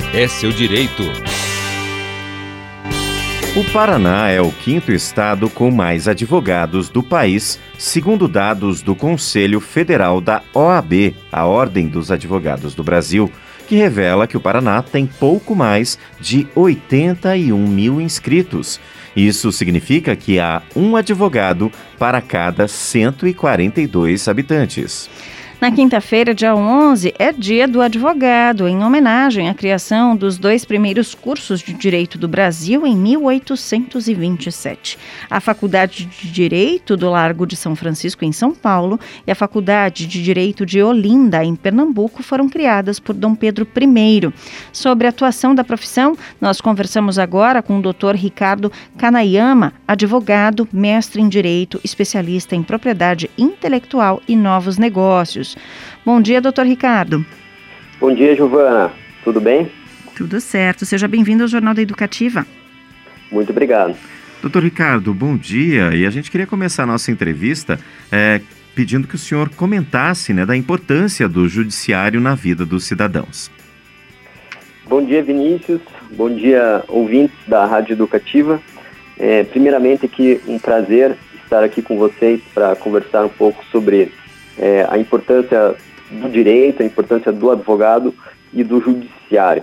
É seu direito. O Paraná é o quinto estado com mais advogados do país, segundo dados do Conselho Federal da OAB, a Ordem dos Advogados do Brasil, que revela que o Paraná tem pouco mais de 81 mil inscritos. Isso significa que há um advogado para cada 142 habitantes. Na quinta-feira, dia 11, é dia do advogado, em homenagem à criação dos 2 primeiros cursos de Direito do Brasil em 1827. A Faculdade de Direito do Largo de São Francisco, em São Paulo, e a Faculdade de Direito de Olinda, em Pernambuco, foram criadas por Dom Pedro I. Sobre a atuação da profissão, nós conversamos agora com o Dr. Ricardo Kanayama, advogado, mestre em Direito, especialista em Propriedade Intelectual e Novos Negócios. Bom dia, doutor Ricardo. Bom dia, Giovana. Tudo bem? Tudo certo. Seja bem-vindo ao Jornal da Educativa. Muito obrigado. Doutor Ricardo, bom dia. E a gente queria começar a nossa entrevista pedindo que o senhor comentasse, da importância do judiciário na vida dos cidadãos. Bom dia, Vinícius. Bom dia, ouvintes da Rádio Educativa. Primeiramente, aqui um prazer estar aqui com vocês para conversar um pouco sobre a importância do direito, a importância do advogado e do judiciário.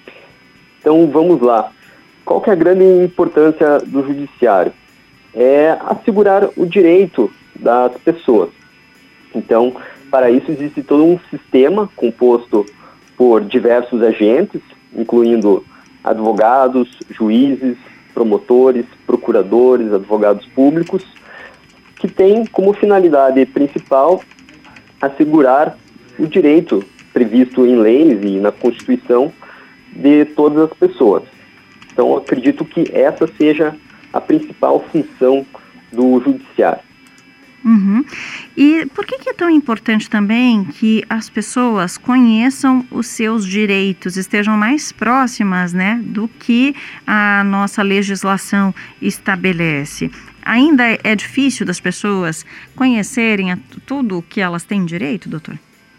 Então, vamos lá. Qual que é a grande importância do judiciário? É assegurar o direito das pessoas. Então, para isso existe todo um sistema composto por diversos agentes, incluindo advogados, juízes, promotores, procuradores, advogados públicos, que tem como finalidade principal assegurar o direito previsto em leis e na Constituição de todas as pessoas. Então, acredito que essa seja a principal função do judiciário. Uhum. E por que é tão importante também que as pessoas conheçam os seus direitos, estejam mais próximas, do que a nossa legislação estabelece? Ainda é difícil das pessoas conhecerem tudo o que elas têm direito, doutor?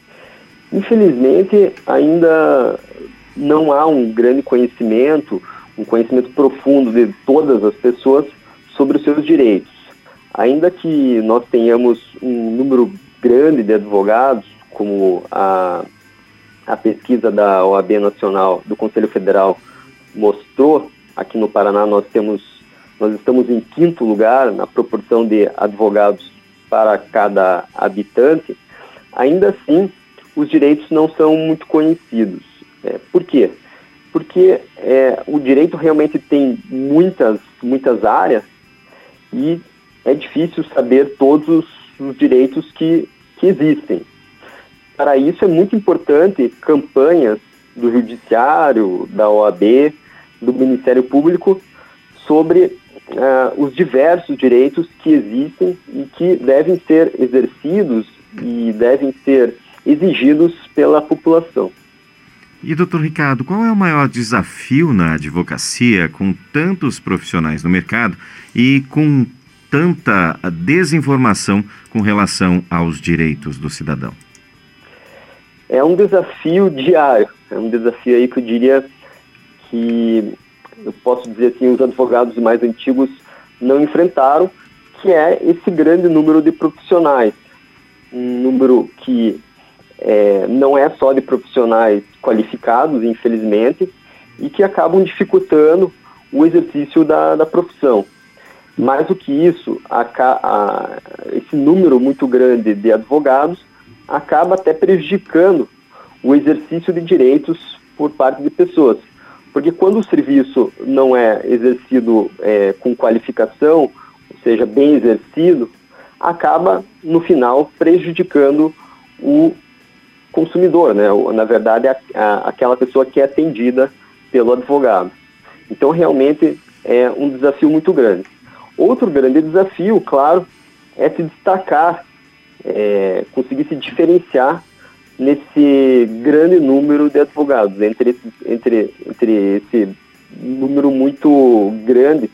Infelizmente, ainda não há um grande conhecimento, um conhecimento profundo de todas as pessoas sobre os seus direitos. Ainda que nós tenhamos um número grande de advogados, como a pesquisa da OAB Nacional, do Conselho Federal, mostrou, aqui no Paraná nós estamos em 5º lugar na proporção de advogados para cada habitante, ainda assim os direitos não são muito conhecidos. Por quê? Porque o direito realmente tem muitas áreas e é difícil saber todos os direitos que existem. Para isso é muito importante campanhas do Judiciário, da OAB, do Ministério Público sobre os diversos direitos que existem e que devem ser exercidos e devem ser exigidos pela população. E, doutor Ricardo, qual é o maior desafio na advocacia com tantos profissionais no mercado e com tanta desinformação com relação aos direitos do cidadão? É um desafio diário, é um desafio aí que eu diria que, eu posso dizer assim, os advogados mais antigos não enfrentaram, que é esse grande número de profissionais. Um número que não é só de profissionais qualificados, infelizmente, e que acabam dificultando o exercício da profissão. Mais do que isso, esse número muito grande de advogados acaba até prejudicando o exercício de direitos por parte de pessoas. Porque quando o serviço não é exercido com qualificação, ou seja, bem exercido, acaba, no final, prejudicando o consumidor, na verdade, aquela pessoa que é atendida pelo advogado. Então, realmente, é um desafio muito grande. Outro grande desafio, claro, é se destacar, conseguir se diferenciar nesse grande número de advogados, entre esse número muito grande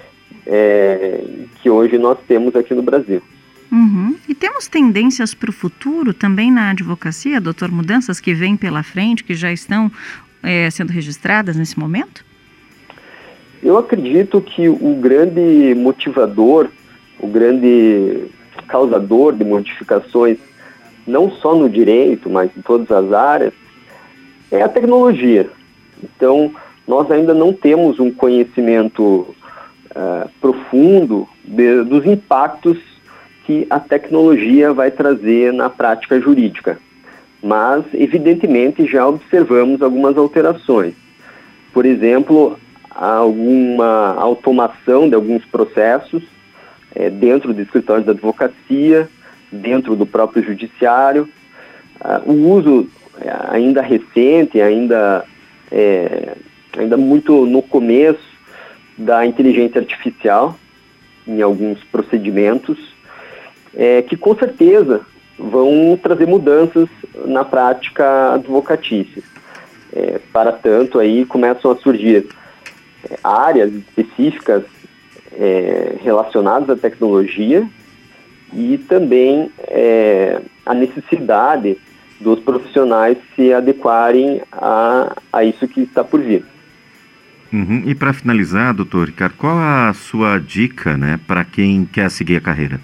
que hoje nós temos aqui no Brasil. Uhum. E temos tendências para o futuro também na advocacia, doutor? Mudanças que vêm pela frente, que já estão sendo registradas nesse momento? Eu acredito que o grande motivador, o grande causador de modificações, não só no direito, mas em todas as áreas, é a tecnologia. Então, nós ainda não temos um conhecimento profundo dos impactos que a tecnologia vai trazer na prática jurídica. Mas, evidentemente, já observamos algumas alterações. Por exemplo, alguma automação de alguns processos dentro do escritório da advocacia, dentro do próprio judiciário, o uso ainda recente, ainda muito no começo da inteligência artificial em alguns procedimentos, que com certeza vão trazer mudanças na prática advocatícia. Para tanto, aí começam a surgir áreas específicas relacionadas à tecnologia e também a necessidade dos profissionais se adequarem a isso que está por vir. E para finalizar, doutor Ricardo, qual a sua dica, para quem quer seguir a carreira?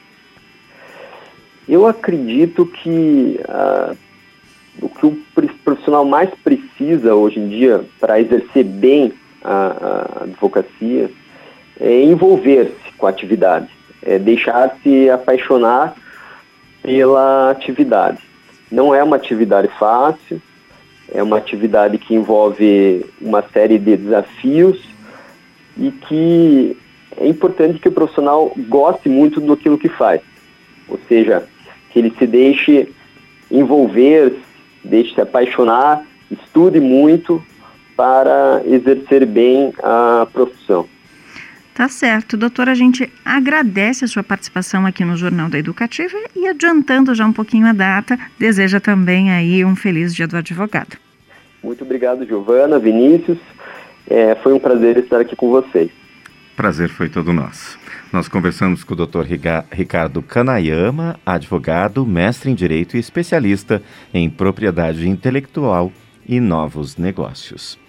Eu acredito que o que o profissional mais precisa hoje em dia para exercer bem a advocacia é envolver-se com a atividade, deixar-se apaixonar pela atividade. Não é uma atividade fácil, é uma atividade que envolve uma série de desafios e que é importante que o profissional goste muito daquilo que faz. Ou seja, que ele se deixe envolver, deixe se apaixonar, estude muito para exercer bem a profissão. Tá certo. Doutor, a gente agradece a sua participação aqui no Jornal da Educativa e, adiantando já um pouquinho a data, deseja também aí um feliz Dia do Advogado. Muito obrigado, Giovana, Vinícius. Foi um prazer estar aqui com vocês. Prazer foi todo nosso. Nós conversamos com o Dr. Ricardo Kanayama, advogado, mestre em Direito e especialista em Propriedade Intelectual e Novos Negócios.